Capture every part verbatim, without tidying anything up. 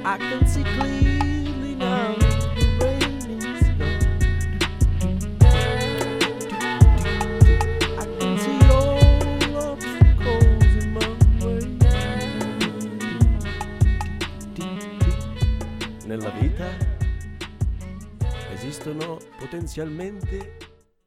I can see clearly now. Rain is gone. I can see all obstacles in my way. Nella vita esistono potenzialmente...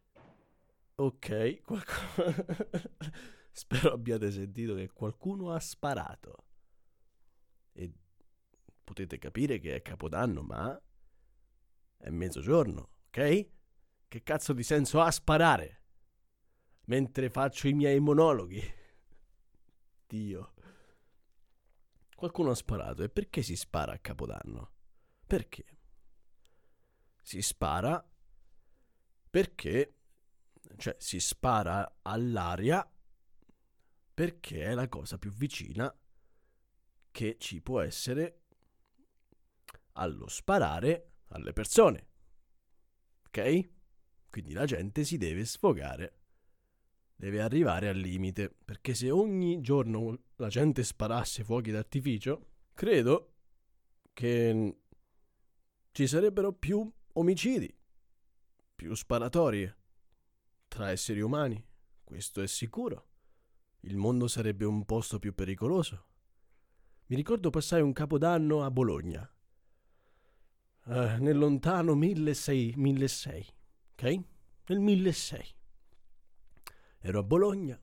Ok, qualcuno... Spero abbiate sentito che qualcuno ha sparato. E potete capire che è Capodanno, ma è mezzogiorno, ok? Che cazzo di senso ha sparare mentre faccio i miei monologhi? Dio. Qualcuno ha sparato. E perché si spara a Capodanno? Perché? Si spara perché... Cioè, si spara all'aria perché è la cosa più vicina che ci può essere allo sparare alle persone. Ok? Quindi la gente si deve sfogare, deve arrivare al limite, perché se ogni giorno la gente sparasse fuochi d'artificio, credo che ci sarebbero più omicidi, più sparatorie tra esseri umani. Questo è sicuro. Il mondo sarebbe un posto più pericoloso. Mi ricordo passai un Capodanno a Bologna, eh, nel lontano milleseicento, ok? Nel milleseicento. Ero a Bologna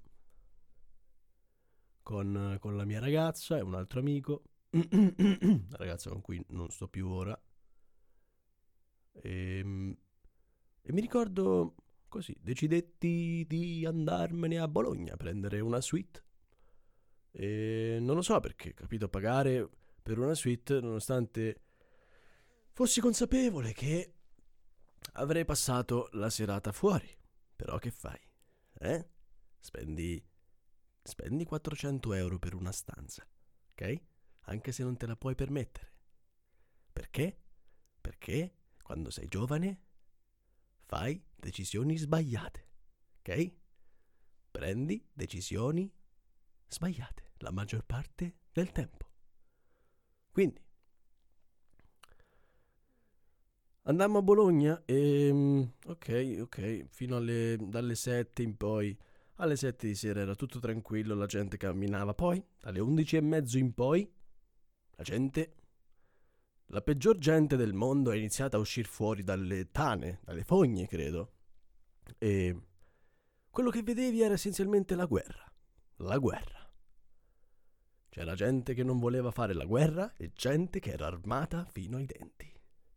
con, con la mia ragazza e un altro amico, la ragazza con cui non sto più ora. E, e mi ricordo così, decidetti di andarmene a Bologna a prendere una suite. E non lo so perché, capito, pagare per una suite nonostante fossi consapevole che avrei passato la serata fuori. Però che fai? Eh? Spendi spendi quattrocento euro per una stanza, ok? Anche se non te la puoi permettere. Perché? Perché quando sei giovane fai decisioni sbagliate, ok? Prendi decisioni sbagliate la maggior parte del tempo. Quindi andammo a Bologna e ok, ok, fino alle dalle sette in poi, alle sette di sera era tutto tranquillo, la gente camminava. Poi alle undici e mezzo in poi la gente, la peggior gente del mondo, è iniziata a uscire fuori dalle tane, dalle fogne, credo. E quello che vedevi era essenzialmente la guerra. La guerra. C'era gente che non voleva fare la guerra e gente che era armata fino ai denti.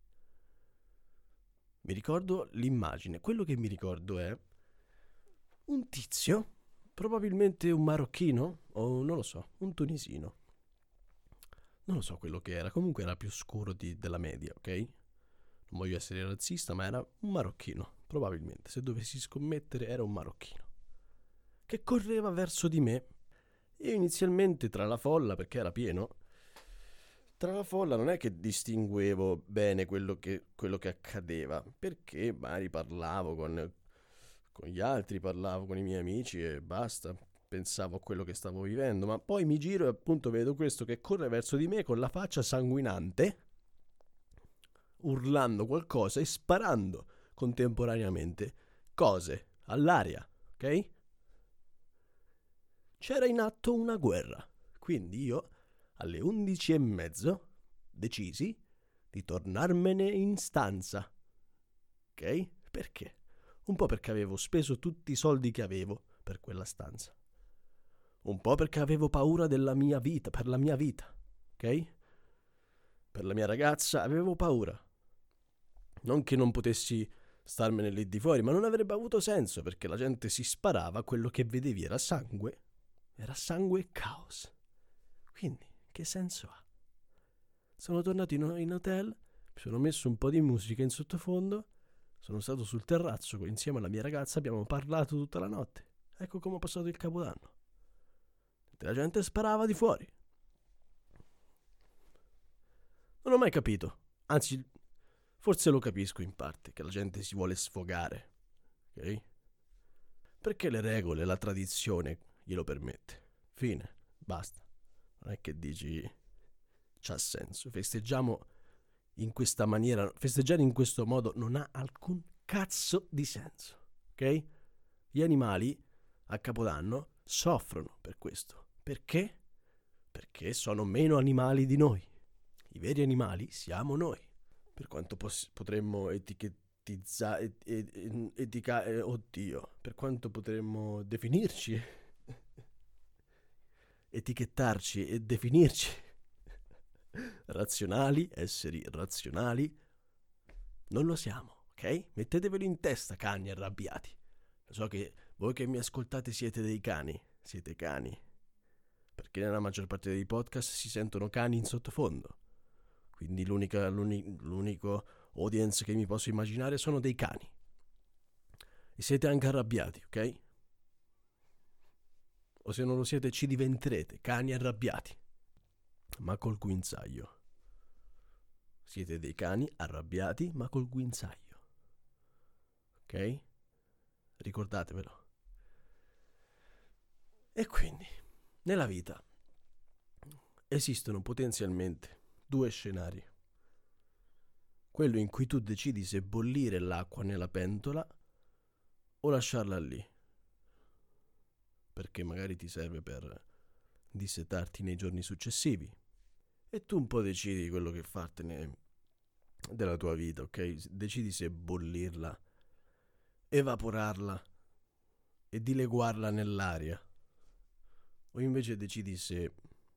Mi ricordo l'immagine. Quello che mi ricordo è un tizio, probabilmente un marocchino o non lo so, un tunisino. Non lo so quello che era, comunque era più scuro di, della media, ok? Non voglio essere razzista, ma era un marocchino, probabilmente. Se dovessi scommettere era un marocchino che correva verso di me. Io inizialmente tra la folla, perché era pieno, tra la folla non è che distinguevo bene quello che, quello che accadeva, perché magari parlavo con, con gli altri, parlavo con i miei amici e basta, pensavo a quello che stavo vivendo, ma poi mi giro e appunto vedo questo che corre verso di me con la faccia sanguinante, urlando qualcosa e sparando contemporaneamente cose all'aria, ok? C'era in atto una guerra, quindi io alle undici e mezzo decisi di tornarmene in stanza, ok? Perché? Un po' perché avevo speso tutti i soldi che avevo per quella stanza, un po' perché avevo paura della mia vita, per la mia vita, ok? Per la mia ragazza avevo paura, non che non potessi starmene lì di fuori, ma non avrebbe avuto senso perché la gente si sparava, quello che vedevi era sangue. Era sangue e caos. Quindi, che senso ha? Sono tornato in, in hotel, mi sono messo un po' di musica in sottofondo, sono stato sul terrazzo insieme alla mia ragazza, abbiamo parlato tutta la notte. Ecco come ho passato il Capodanno. La gente sparava di fuori. Non ho mai capito. Anzi, forse lo capisco in parte, che la gente si vuole sfogare. Ok? Perché le regole, la tradizione glielo permette. Fine, basta. Non è che dici c'ha senso. Festeggiamo in questa maniera, festeggiare in questo modo non ha alcun cazzo di senso, ok? Gli animali a Capodanno soffrono per questo. Perché? Perché sono meno animali di noi. I veri animali siamo noi. Per quanto pos- potremmo etichetizzare, et- et- etica- eh, oddio, per quanto potremmo definirci, etichettarci e definirci razionali, esseri razionali, non lo siamo, ok? Mettetevelo in testa, cani arrabbiati. Lo so che voi che mi ascoltate siete dei cani, siete cani, perché nella maggior parte dei podcast si sentono cani in sottofondo. Quindi l'unica, l'uni, l'unico audience che mi posso immaginare sono dei cani. E siete anche arrabbiati, ok? O se non lo siete ci diventerete cani arrabbiati, ma col guinzaglio. Siete dei cani arrabbiati, ma col guinzaglio. Ok? Ricordatevelo. E quindi, nella vita, esistono potenzialmente due scenari. Quello in cui tu decidi se bollire l'acqua nella pentola o lasciarla lì, perché magari ti serve per dissetarti nei giorni successivi. E tu un po' decidi quello che fartene della tua vita, ok? Decidi se bollirla, evaporarla e dileguarla nell'aria, o invece decidi se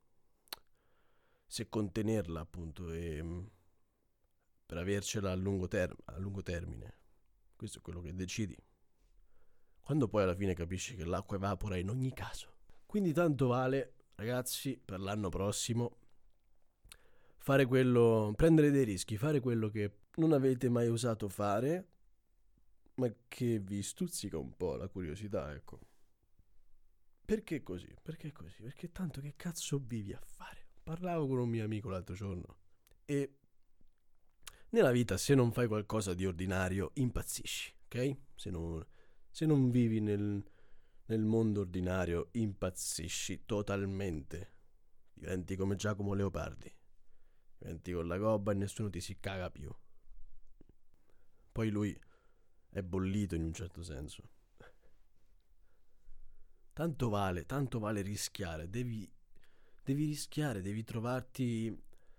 se contenerla, appunto, e per avercela a lungo, term- a lungo termine. Questo è quello che decidi, quando poi alla fine capisci che l'acqua evapora in ogni caso. Quindi tanto vale, ragazzi, per l'anno prossimo fare quello, prendere dei rischi, fare quello che non avete mai osato fare, ma che vi stuzzica un po' la curiosità, ecco. Perché così? Perché così? Perché tanto che cazzo vivi a fare? Parlavo con un mio amico l'altro giorno e nella vita se non fai qualcosa di ordinario impazzisci, ok? Se non, se non vivi nel, nel mondo ordinario impazzisci totalmente. Diventi come Giacomo Leopardi. Diventi con la gobba e nessuno ti si caga più. Poi lui è bollito in un certo senso. Tanto vale, tanto vale rischiare. Devi, devi rischiare, devi trovarti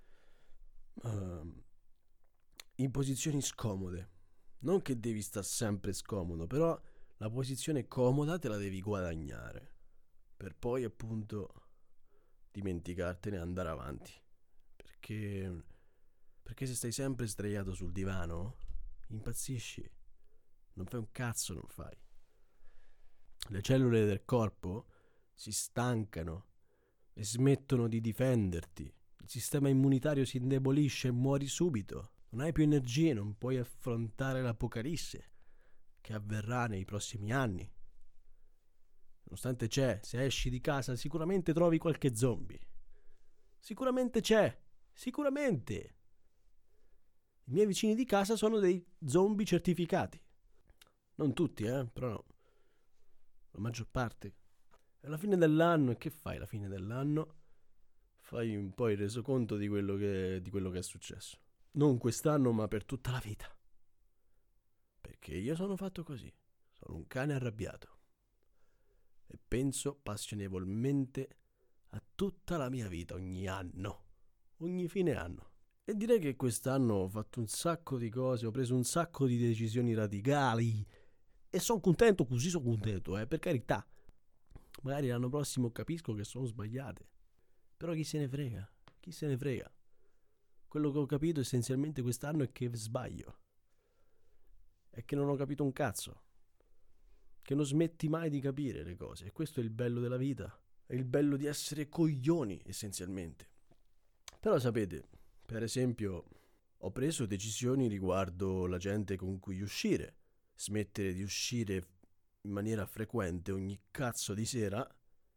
uh, in posizioni scomode. Non che devi stare sempre scomodo, però la posizione comoda te la devi guadagnare. Per poi appunto dimenticartene e andare avanti. Perché, perché se stai sempre sdraiato sul divano, impazzisci. Non fai un cazzo, non fai. Le cellule del corpo si stancano e smettono di difenderti. Il sistema immunitario si indebolisce e muori subito. Non hai più energie, non puoi affrontare l'apocalisse che avverrà nei prossimi anni. Nonostante c'è, se esci di casa sicuramente trovi qualche zombie. Sicuramente c'è, sicuramente. I miei vicini di casa sono dei zombie certificati. Non tutti, eh, però no. La maggior parte. E alla fine dell'anno, e che fai alla fine dell'anno? Fai un po' il resoconto di quello che, di quello che è successo. Non quest'anno, ma per tutta la vita. Perché io sono fatto così. Sono un cane arrabbiato. E penso passionevolmente a tutta la mia vita, ogni anno. Ogni fine anno. E direi che quest'anno ho fatto un sacco di cose, ho preso un sacco di decisioni radicali. E sono contento, così sono contento, eh, per carità. Magari l'anno prossimo capisco che sono sbagliate. Però chi se ne frega? Chi se ne frega? Quello che ho capito essenzialmente quest'anno è che sbaglio. È che non ho capito un cazzo. Che non smetti mai di capire le cose. E questo è il bello della vita. È il bello di essere coglioni, essenzialmente. Però sapete, per esempio, ho preso decisioni riguardo la gente con cui uscire. Smettere di uscire in maniera frequente ogni cazzo di sera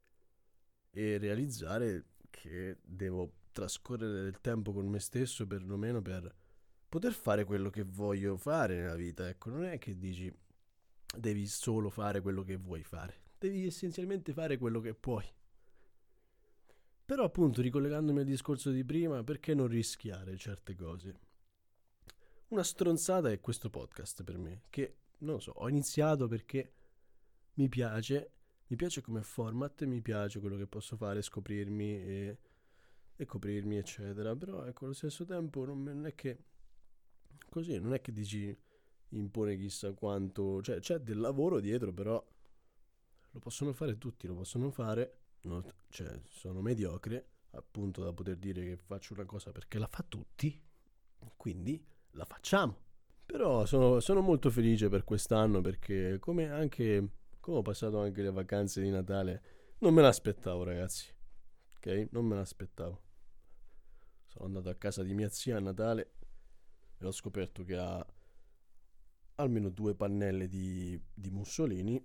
e realizzare che devo trascorrere del tempo con me stesso perlomeno per poter fare quello che voglio fare nella vita. Ecco, non è che dici devi solo fare quello che vuoi fare, devi essenzialmente fare quello che puoi. Però appunto, ricollegandomi al discorso di prima, perché non rischiare certe cose? Una stronzata è questo podcast per me, che non lo so, ho iniziato perché mi piace, mi piace come format, mi piace quello che posso fare, scoprirmi e, e coprirmi, eccetera. Però ecco, allo stesso tempo non, non è che così, non è che dici impone chissà quanto, cioè c'è del lavoro dietro, però lo possono fare tutti, lo possono fare, no, cioè sono mediocre, appunto, da poter dire che faccio una cosa perché la fa tutti, quindi la facciamo. Però sono, sono molto felice per quest'anno perché come anche come ho passato anche le vacanze di Natale, non me l'aspettavo, ragazzi. Ok? Non me l'aspettavo. Sono andato a casa di mia zia a Natale e ho scoperto che ha almeno due pannelle di, di Mussolini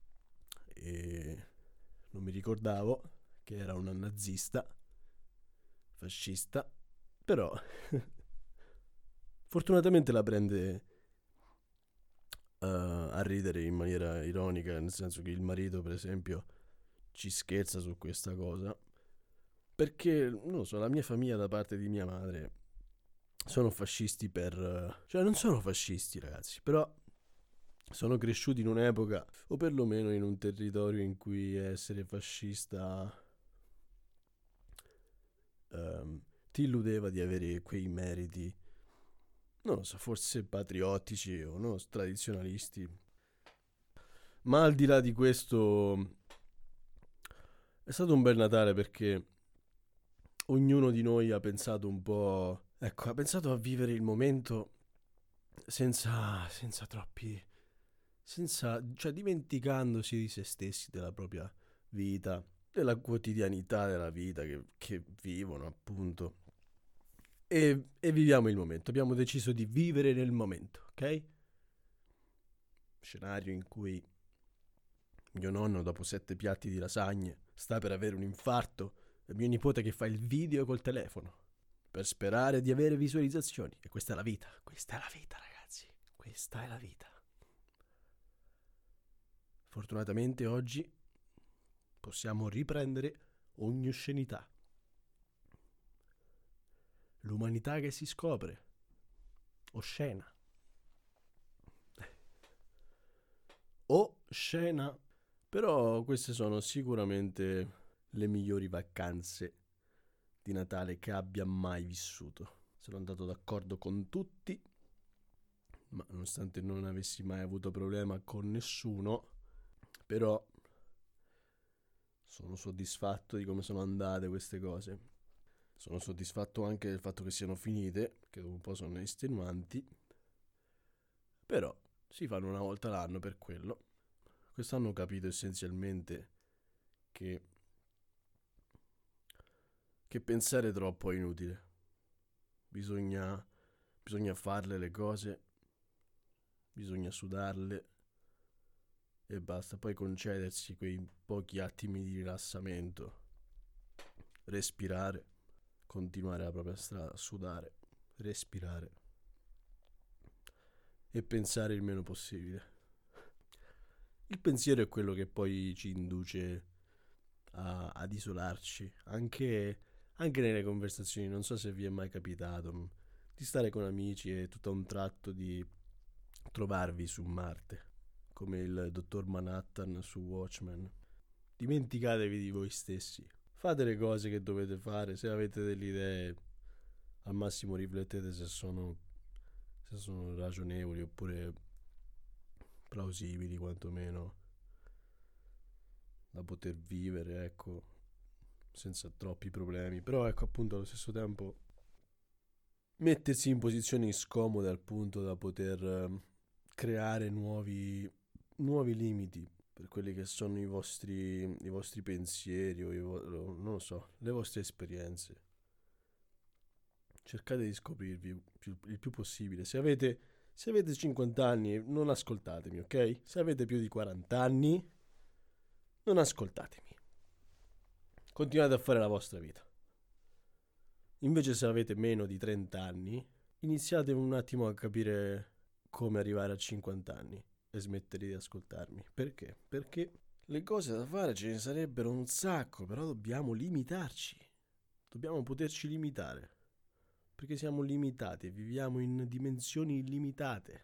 e non mi ricordavo che era una nazista, fascista, però fortunatamente la prende uh, a ridere in maniera ironica, nel senso che il marito, per esempio, ci scherza su questa cosa, perché, non lo so, la mia famiglia da parte di mia madre sono fascisti per... cioè non sono fascisti, ragazzi, però sono cresciuti in un'epoca, o perlomeno in un territorio in cui essere fascista um, ti illudeva di avere quei meriti, non lo so, forse patriottici o no, tradizionalisti. Ma al di là di questo, è stato un bel Natale perché ognuno di noi ha pensato un po', ecco, ha pensato a vivere il momento senza, senza troppi, senza, cioè dimenticandosi di se stessi, della propria vita, della quotidianità della vita che, che vivono, appunto. E, e viviamo il momento, abbiamo deciso di vivere nel momento, ok? Scenario in cui mio nonno, dopo sette piatti di lasagne, sta per avere un infarto e mio nipote che fa il video col telefono per sperare di avere visualizzazioni. E questa è la vita, questa è la vita, ragazzi, questa è la vita. Fortunatamente oggi possiamo riprendere ogni oscenità. L'umanità che si scopre, oscena. Oscena. Però queste sono sicuramente le migliori vacanze di Natale che abbia mai vissuto. Sono andato d'accordo con tutti, ma nonostante non avessi mai avuto problema con nessuno, però sono soddisfatto di come sono andate queste cose. Sono soddisfatto anche del fatto che siano finite, che dopo un po' sono estenuanti, però si fanno una volta l'anno per quello. Quest'anno ho capito essenzialmente che che pensare troppo è inutile. Bisogna bisogna farle le cose, bisogna sudarle e basta, poi concedersi quei pochi attimi di rilassamento, respirare, continuare la propria strada, sudare, respirare e pensare il meno possibile. Il pensiero è quello che poi ci induce a, ad isolarci, anche, anche nelle conversazioni. Non so se vi è mai capitato di stare con amici e tutto a un tratto di trovarvi su Marte, come il dottor Manhattan su Watchmen. Dimenticatevi di voi stessi. Fate le cose che dovete fare. Se avete delle idee, al massimo riflettete se sono, se sono ragionevoli oppure plausibili, quantomeno da poter vivere, ecco, senza troppi problemi. Però ecco, appunto, allo stesso tempo mettersi in posizioni scomode al punto da poter eh, creare nuovi nuovi limiti per quelli che sono i vostri i vostri pensieri o i vo- non lo so, le vostre esperienze. Cercate di scoprirvi più, il più possibile. Se avete se avete cinquanta anni, non ascoltatemi, ok? Se avete più di quaranta anni, non ascoltatemi. Continuate a fare la vostra vita. Invece, se avete meno di trenta anni, iniziate un attimo a capire come arrivare a cinquanta anni e smettere di ascoltarmi. Perché? Perché le cose da fare ce ne sarebbero un sacco, però dobbiamo limitarci. Dobbiamo poterci limitare, perché siamo limitati e viviamo in dimensioni illimitate.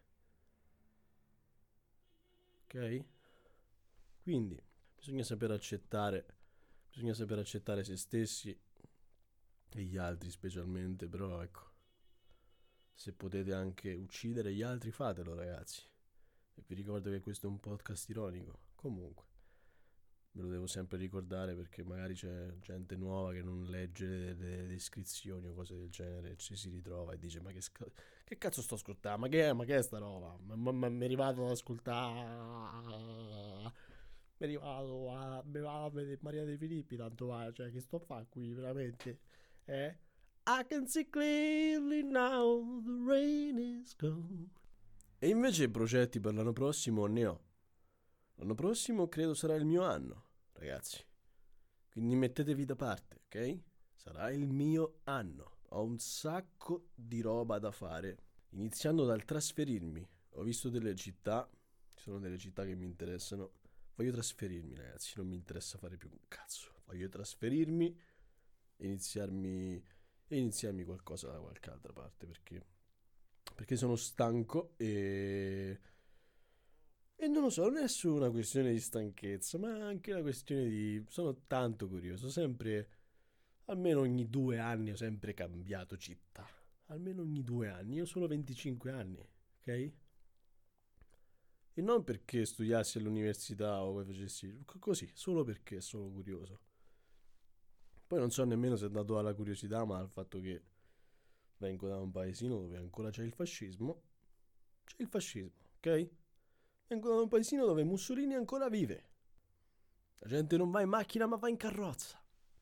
Ok? Quindi bisogna saper accettare, bisogna saper accettare se stessi e gli altri specialmente, però ecco, se potete anche uccidere gli altri fatelo, ragazzi. E vi ricordo che questo è un podcast ironico. Comunque, me lo devo sempre ricordare perché magari c'è gente nuova che non legge le, le descrizioni o cose del genere e ci si ritrova e dice ma che, sc- che cazzo sto ascoltando? Ma che è, ma che è sta roba? Ma, ma, ma mi è arrivato ad ascoltare... Mi è arrivato a... Mi va a vedere Maria De Filippi, tanto va, cioè che sto a fare qui veramente? Eh? I can see clearly now the rain is gone. E invece progetti per l'anno prossimo ne ho. L'anno prossimo credo sarà il mio anno, ragazzi. Quindi mettetevi da parte, ok? Sarà il mio anno. Ho un sacco di roba da fare. Iniziando dal trasferirmi. Ho visto delle città. Ci sono delle città che mi interessano. Voglio trasferirmi, ragazzi. Non mi interessa fare più un cazzo. Voglio trasferirmi e iniziarmi, e iniziarmi qualcosa da qualche altra parte. Perché, perché sono stanco e... E non lo so, non è solo una questione di stanchezza, ma anche una questione di... Sono tanto curioso, sempre, almeno ogni due anni ho sempre cambiato città. Almeno ogni due anni, io ho solo venticinque anni, ok? E non perché studiassi all'università o facessi così, solo perché sono curioso. Poi non so nemmeno se è dato alla curiosità, ma al fatto che vengo da un paesino dove ancora c'è il fascismo. C'è il fascismo, ok? Vengo da un paesino dove Mussolini ancora vive. La gente non va in macchina ma va in carrozza.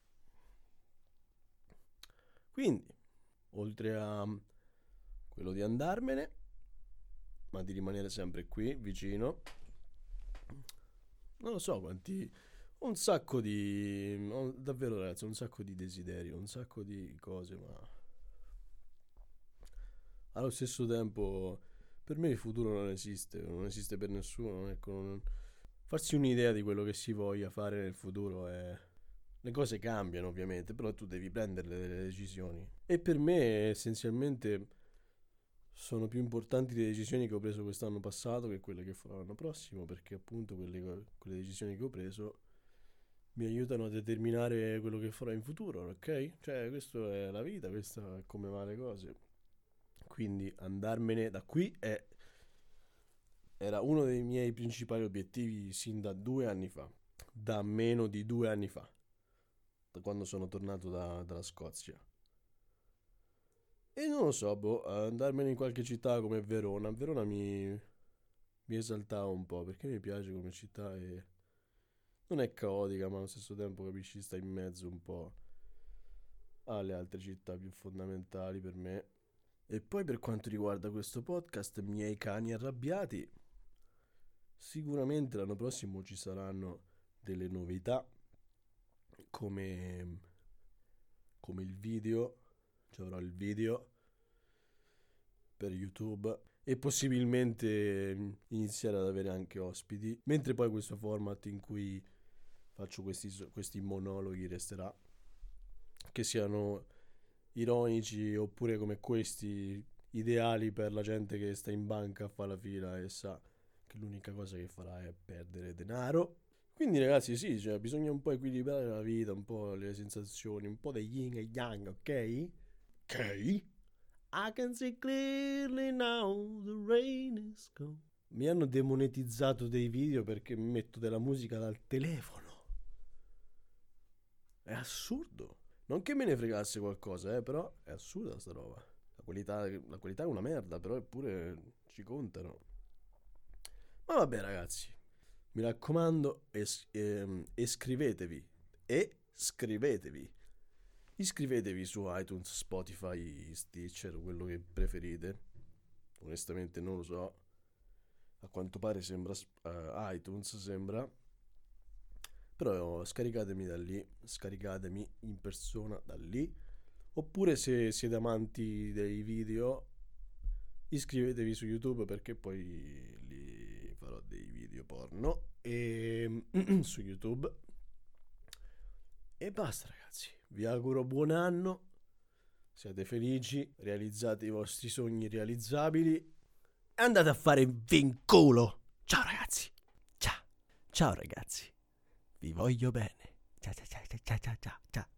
Quindi, oltre a quello di andarmene, ma di rimanere sempre qui, vicino, non lo so quanti... Ho un sacco di... Ho, davvero ragazzi, ho un sacco di desideri, un sacco di cose, ma... Allo stesso tempo, per me il futuro non esiste, non esiste per nessuno, ecco, non... Farsi un'idea di quello che si voglia fare nel futuro è... Le cose cambiano ovviamente, però tu devi prendere delle decisioni. E per me essenzialmente sono più importanti le decisioni che ho preso quest'anno passato che quelle che farò l'anno prossimo, perché appunto quelle, quelle decisioni che ho preso mi aiutano a determinare quello che farò in futuro, ok? Cioè, questa è la vita, questa è come va le cose. Quindi andarmene da qui è... era uno dei miei principali obiettivi sin da due anni fa, da meno di due anni fa, da quando sono tornato da, dalla Scozia. E non lo so, boh, andarmene in qualche città come Verona. Verona mi, mi esaltava un po' perché mi piace come città e non è caotica, ma allo stesso tempo capisci, sta in mezzo un po' alle altre città più fondamentali per me. E poi per quanto riguarda questo podcast, miei cani arrabbiati, sicuramente l'anno prossimo ci saranno delle novità come, come il video, ci avrò il video per YouTube e possibilmente iniziare ad avere anche ospiti, mentre poi questo format in cui faccio questi, questi monologhi resterà, che siano ironici oppure come questi ideali per la gente che sta in banca a fare la fila e sa che l'unica cosa che farà è perdere denaro. Quindi ragazzi sì, cioè, bisogna un po' equilibrare la vita, un po' le sensazioni, un po' degli yin e yang, ok? Ok? I can see clearly now the rain is gone. Mi hanno demonetizzato dei video perché metto della musica dal telefono. È assurdo. Non che me ne fregasse qualcosa, eh, però è assurda sta roba. La qualità, la qualità è una merda, però eppure ci contano. Ma vabbè ragazzi, mi raccomando, es- ehm, iscrivetevi. E scrivetevi. Iscrivetevi su iTunes, Spotify, Stitcher, quello che preferite. Onestamente non lo so. A quanto pare sembra uh, iTunes, sembra. Però scaricatemi da lì, scaricatemi in persona da lì. Oppure se siete amanti dei video, iscrivetevi su YouTube perché poi lì farò dei video porno e su YouTube. E basta ragazzi, Vi auguro buon anno. Siate felici, realizzate i vostri sogni realizzabili e andate a fare vinculo. Ciao ragazzi. Ciao. Ciao ragazzi. Vi voglio bene. Ciao ciao ciao ciao ciao ciao ciao.